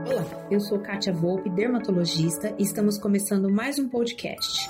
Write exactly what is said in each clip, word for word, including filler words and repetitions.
Olá, eu sou Kátia Volpe, dermatologista, e estamos começando mais um podcast.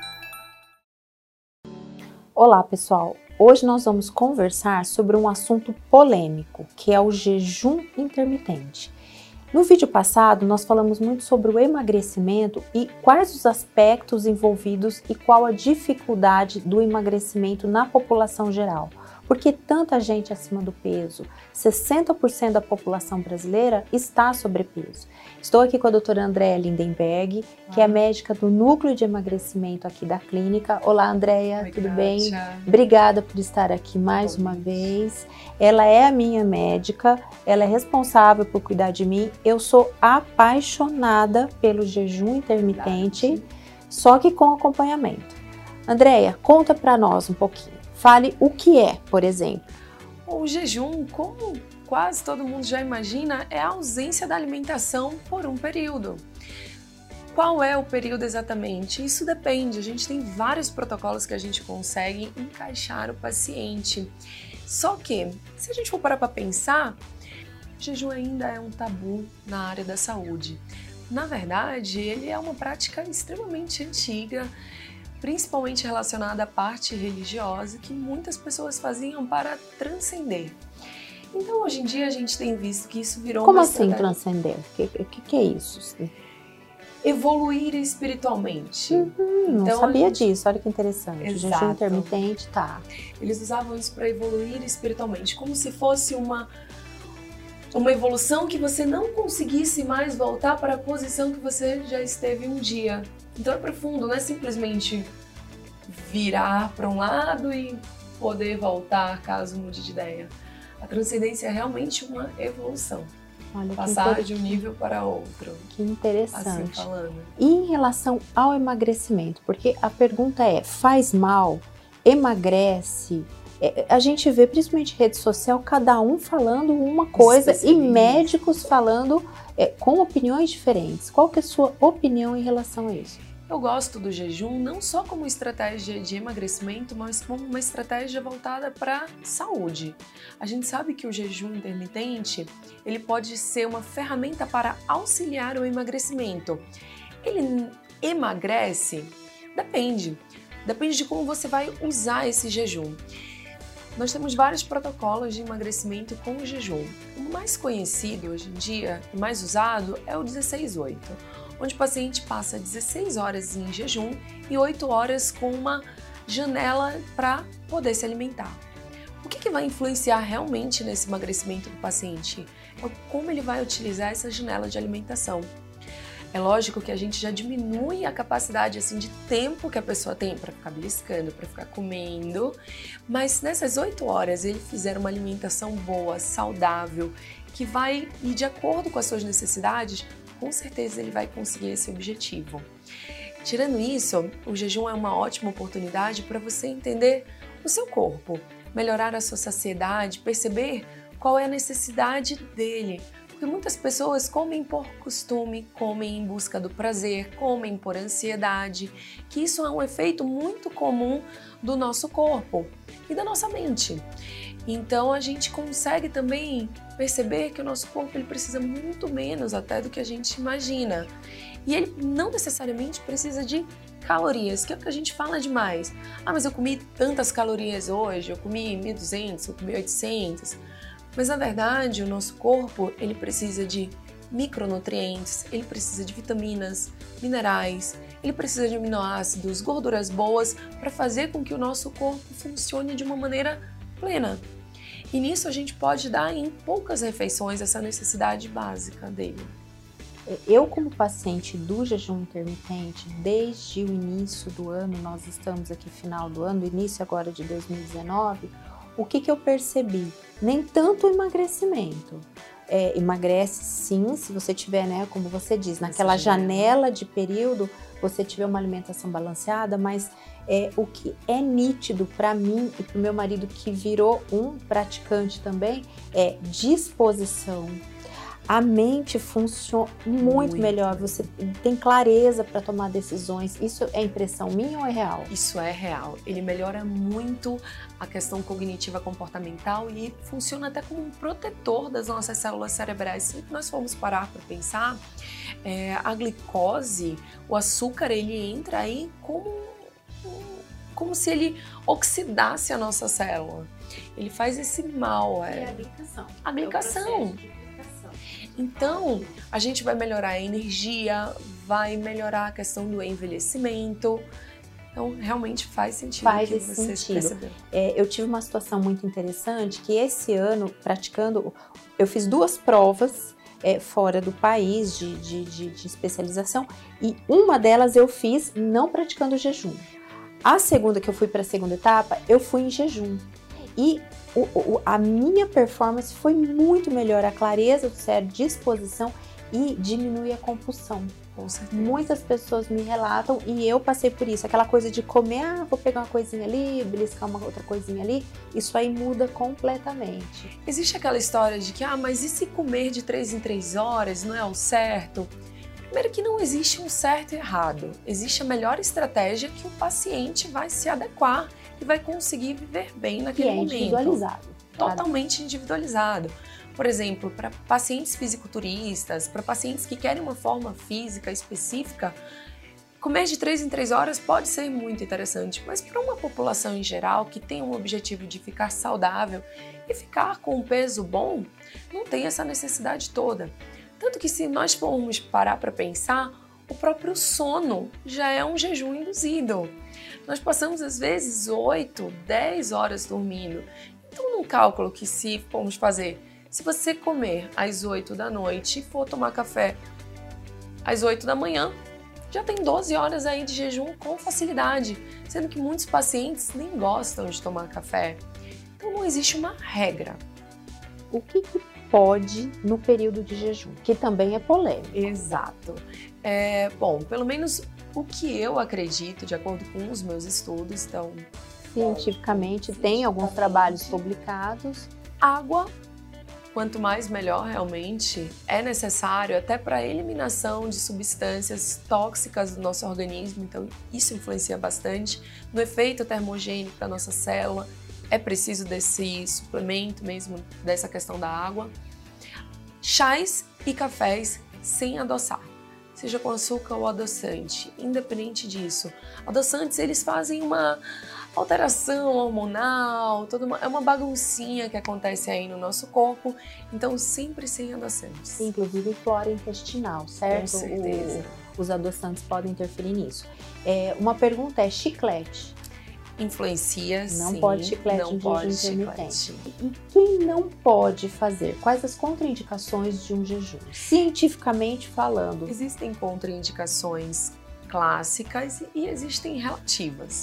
Olá, pessoal! Hoje nós vamos conversar sobre um assunto polêmico, que é o jejum intermitente. No vídeo passado, nós falamos muito sobre o emagrecimento e quais os aspectos envolvidos e qual a dificuldade do emagrecimento na população geral. Porque tanta gente acima do peso, sessenta por cento da população brasileira está sobrepeso. Estou aqui com a doutora Andréia Lindenberg, que é médica do Núcleo de Emagrecimento aqui da clínica. Olá, Andréia, Oi, tudo Kátia. bem? Obrigada por estar aqui mais Bom, uma gente. vez. Ela é a minha médica, ela é responsável por cuidar de mim. Eu sou apaixonada pelo jejum intermitente, Verdade. só que com acompanhamento. Andréia, conta para nós um pouquinho. Fale o que é, por exemplo. O jejum, como quase todo mundo já imagina, é a ausência da alimentação por um período. Qual é o período exatamente? Isso depende, a gente tem vários protocolos que a gente consegue encaixar o paciente. Só que, se a gente for parar para pensar, o jejum ainda é um tabu na área da saúde. Na verdade, ele é uma prática extremamente antiga, principalmente relacionada à parte religiosa, que muitas pessoas faziam para transcender. Então, hoje em dia, a gente tem visto que isso virou Como uma assim estratégia. transcender? O que, que, que é isso? Evoluir espiritualmente. Uhum, não Então, sabia a gente- disso, olha que interessante. O jejum Exato. intermitente, tá. Eles usavam isso para evoluir espiritualmente, como se fosse uma, uma evolução que você não conseguisse mais voltar para a posição que você já esteve um dia. Então é profundo, não é simplesmente virar para um lado e poder voltar caso mude de ideia. A transcendência é realmente uma evolução, Olha que, passar inter... de um nível para outro, que assim interessante. falando. E em relação ao emagrecimento, porque a pergunta é, faz mal? Emagrece? É, a gente vê, principalmente em rede social, cada um falando uma coisa e Especialista. médicos falando é, com opiniões diferentes. Qual que é a sua opinião em relação a isso? Eu gosto do jejum não só como estratégia de emagrecimento, mas como uma estratégia voltada para saúde. A gente sabe que o jejum intermitente, ele pode ser uma ferramenta para auxiliar o emagrecimento. Ele emagrece? Depende. Depende de como você vai usar esse jejum. Nós temos vários protocolos de emagrecimento com o jejum. O mais conhecido hoje em dia e mais usado é o dezesseis oito, onde o paciente passa dezesseis horas em jejum e oito horas com uma janela para poder se alimentar. O que, que vai influenciar realmente nesse emagrecimento do paciente? É como ele vai utilizar essa janela de alimentação. É lógico que a gente já diminui a capacidade assim, de tempo que a pessoa tem para ficar beliscando, para ficar comendo, mas nessas oito horas ele fizer uma alimentação boa, saudável, que vai ir de acordo com as suas necessidades, com certeza ele vai conseguir esse objetivo. Tirando isso, o jejum é uma ótima oportunidade para você entender o seu corpo, melhorar a sua saciedade, perceber qual é a necessidade dele. Porque muitas pessoas comem por costume, comem em busca do prazer, comem por ansiedade, que isso é um efeito muito comum do nosso corpo e da nossa mente. Então a gente consegue também perceber que o nosso corpo ele precisa muito menos até do que a gente imagina. E ele não necessariamente precisa de calorias, que é o que a gente fala demais. Ah, mas eu comi tantas calorias hoje, eu comi mil e duzentos, eu comi oitocentos. Mas na verdade o nosso corpo ele precisa de micronutrientes, ele precisa de vitaminas, minerais, ele precisa de aminoácidos, gorduras boas para fazer com que o nosso corpo funcione de uma maneira plena. E nisso a gente pode dar em poucas refeições essa necessidade básica dele. Eu, como paciente do jejum intermitente, desde o início do ano, nós estamos aqui final do ano, início agora de dois mil e dezenove, o que, que eu percebi? Nem tanto o emagrecimento. É, emagrece sim, se você tiver, né, como você diz, naquela janela de período, você tiver uma alimentação balanceada, mas é, o que é nítido para mim e para o meu marido, que virou um praticante também, é disposição. a mente funciona muito, Muito. melhor, você tem clareza para tomar decisões. Isso é impressão minha ou é real? Isso é real. Ele melhora muito a questão cognitiva comportamental e funciona até como um protetor das nossas células cerebrais. Se nós formos parar para pensar, é, a glicose, o açúcar, ele entra aí como, como se ele oxidasse a nossa célula. Ele faz esse mal. É, É a glicação. a glicação. Então, a gente vai melhorar a energia, vai melhorar a questão do envelhecimento. Então, realmente faz sentido. Faz que esse você sentido. percebeu. É, eu tive uma situação muito interessante que esse ano, praticando, eu fiz duas provas é, fora do país de, de, de, de especialização e uma delas eu fiz não praticando jejum. A segunda, que eu fui para a segunda etapa, eu fui em jejum. E o, o, a minha performance foi muito melhor, a clareza do cérebro, disposição e diminui a compulsão. Com certeza. Muitas pessoas me relatam e eu passei por isso, aquela coisa de comer, ah, vou pegar uma coisinha ali, beliscar uma outra coisinha ali, isso aí muda completamente. Existe aquela história de que, ah, mas e se comer de três em três horas não é o certo? Primeiro que não existe um certo e errado, existe a melhor estratégia que o paciente vai se adequar e vai conseguir viver bem naquele Que é momento. individualizado. Totalmente individualizado. Por exemplo, para pacientes fisiculturistas, para pacientes que querem uma forma física específica, comer de três em três horas pode ser muito interessante, mas para uma população em geral que tem um objetivo de ficar saudável e ficar com um peso bom, não tem essa necessidade toda. Tanto que se nós formos parar para pensar, o próprio sono já é um jejum induzido. Nós passamos às vezes oito, dez horas dormindo. Então, num cálculo que se formos fazer, se você comer às oito da noite e for tomar café às oito da manhã, já tem doze horas aí de jejum com facilidade, sendo que muitos pacientes nem gostam de tomar café. Então, não existe uma regra. O que, que pode no período de jejum? Que também é polêmico. Exato. É, bom, pelo menos o que eu acredito, de acordo com os meus estudos, então... Cientificamente, tem alguns trabalhos publicados. Água, quanto mais melhor realmente, é necessário até para a eliminação de substâncias tóxicas do nosso organismo, então isso influencia bastante no efeito termogênico da nossa célula. É preciso desse suplemento mesmo, dessa questão da água. Chás e cafés sem adoçar, seja com açúcar ou adoçante, independente disso. Adoçantes, eles fazem uma alteração hormonal, toda uma, é uma baguncinha que acontece aí no nosso corpo, então sempre sem adoçantes. Inclusive flora intestinal, certo? Com certeza. O, os adoçantes podem interferir nisso. É, uma pergunta é chiclete. Influencia, Não sim, pode chiclete não em pode jejum intermitente. chiclete. E quem não pode fazer? Quais as contraindicações de um jejum? Cientificamente falando. Existem contraindicações clássicas e existem relativas.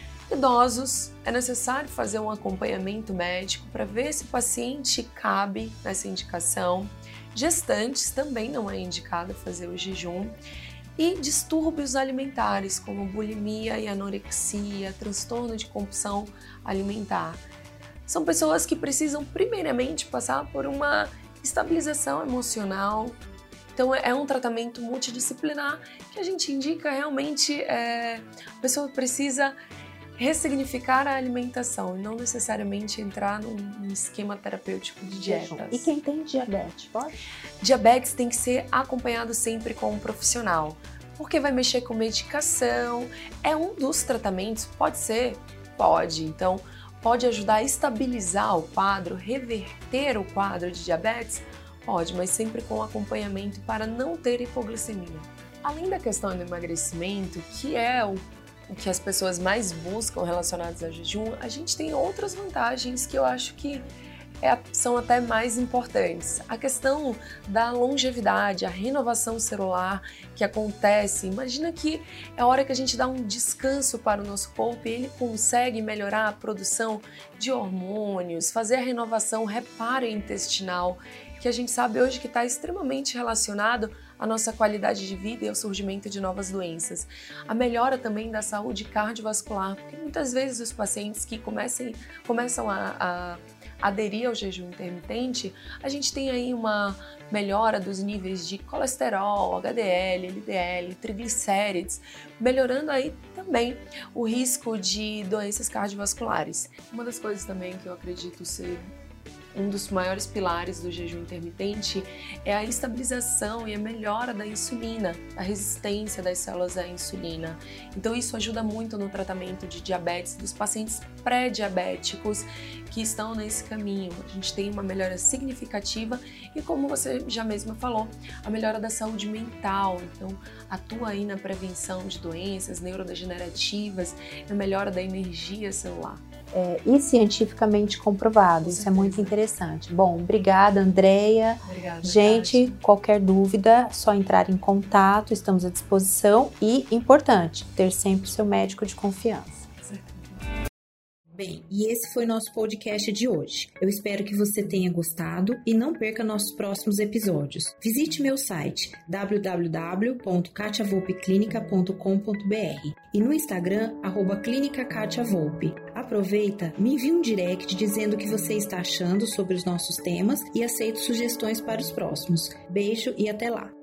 Idosos, é necessário fazer um acompanhamento médico para ver se o paciente cabe nessa indicação. Gestantes também não é indicado fazer o jejum. E distúrbios alimentares, como bulimia e anorexia, transtorno de compulsão alimentar. São pessoas que precisam primeiramente passar por uma estabilização emocional. Então é um tratamento multidisciplinar que a gente indica realmente, é, a pessoa precisa ressignificar a alimentação e não necessariamente entrar num, num esquema terapêutico de dietas. E quem tem diabetes, pode? Diabetes tem que ser acompanhado sempre com um profissional, porque vai mexer com medicação, é um dos tratamentos, pode ser? Pode, então pode ajudar a estabilizar o quadro, reverter o quadro de diabetes? Pode, mas sempre com acompanhamento para não ter hipoglicemia. Além da questão do emagrecimento, que é o o que as pessoas mais buscam relacionados ao jejum, a gente tem outras vantagens que eu acho que é, são até mais importantes. A questão da longevidade, a renovação celular que acontece. Imagina que é a hora que a gente dá um descanso para o nosso corpo e ele consegue melhorar a produção de hormônios, fazer a renovação, reparo intestinal, que a gente sabe hoje que está extremamente relacionado à nossa qualidade de vida e ao surgimento de novas doenças. A melhora também da saúde cardiovascular, porque muitas vezes os pacientes que comecem, começam a, a, aderir ao jejum intermitente, a gente tem aí uma melhora dos níveis de colesterol, H D L, L D L, triglicérides, melhorando aí também o risco de doenças cardiovasculares. Uma das coisas também que eu acredito ser um dos maiores pilares do jejum intermitente é a estabilização e a melhora da insulina, a resistência das células à insulina. Então isso ajuda muito no tratamento de diabetes dos pacientes pré-diabéticos que estão nesse caminho. A gente tem uma melhora significativa e, como você já mesma falou, a melhora da saúde mental. Então atua aí na prevenção de doenças neurodegenerativas, na melhora da energia celular. É, e cientificamente comprovado, isso é muito interessante. Bom, obrigada, Andréia. Obrigada, gente, Kátia. Qualquer dúvida, só entrar em contato, estamos à disposição. E, importante, ter sempre seu médico de confiança. Bem, e esse foi nosso podcast de hoje. Eu espero que você tenha gostado e não perca nossos próximos episódios. Visite meu site w w w ponto katia volpe clinica ponto com ponto b r e no Instagram, arroba clínica Katia Volpe. Aproveita, me envie um direct dizendo o que você está achando sobre os nossos temas e aceito sugestões para os próximos. Beijo e até lá!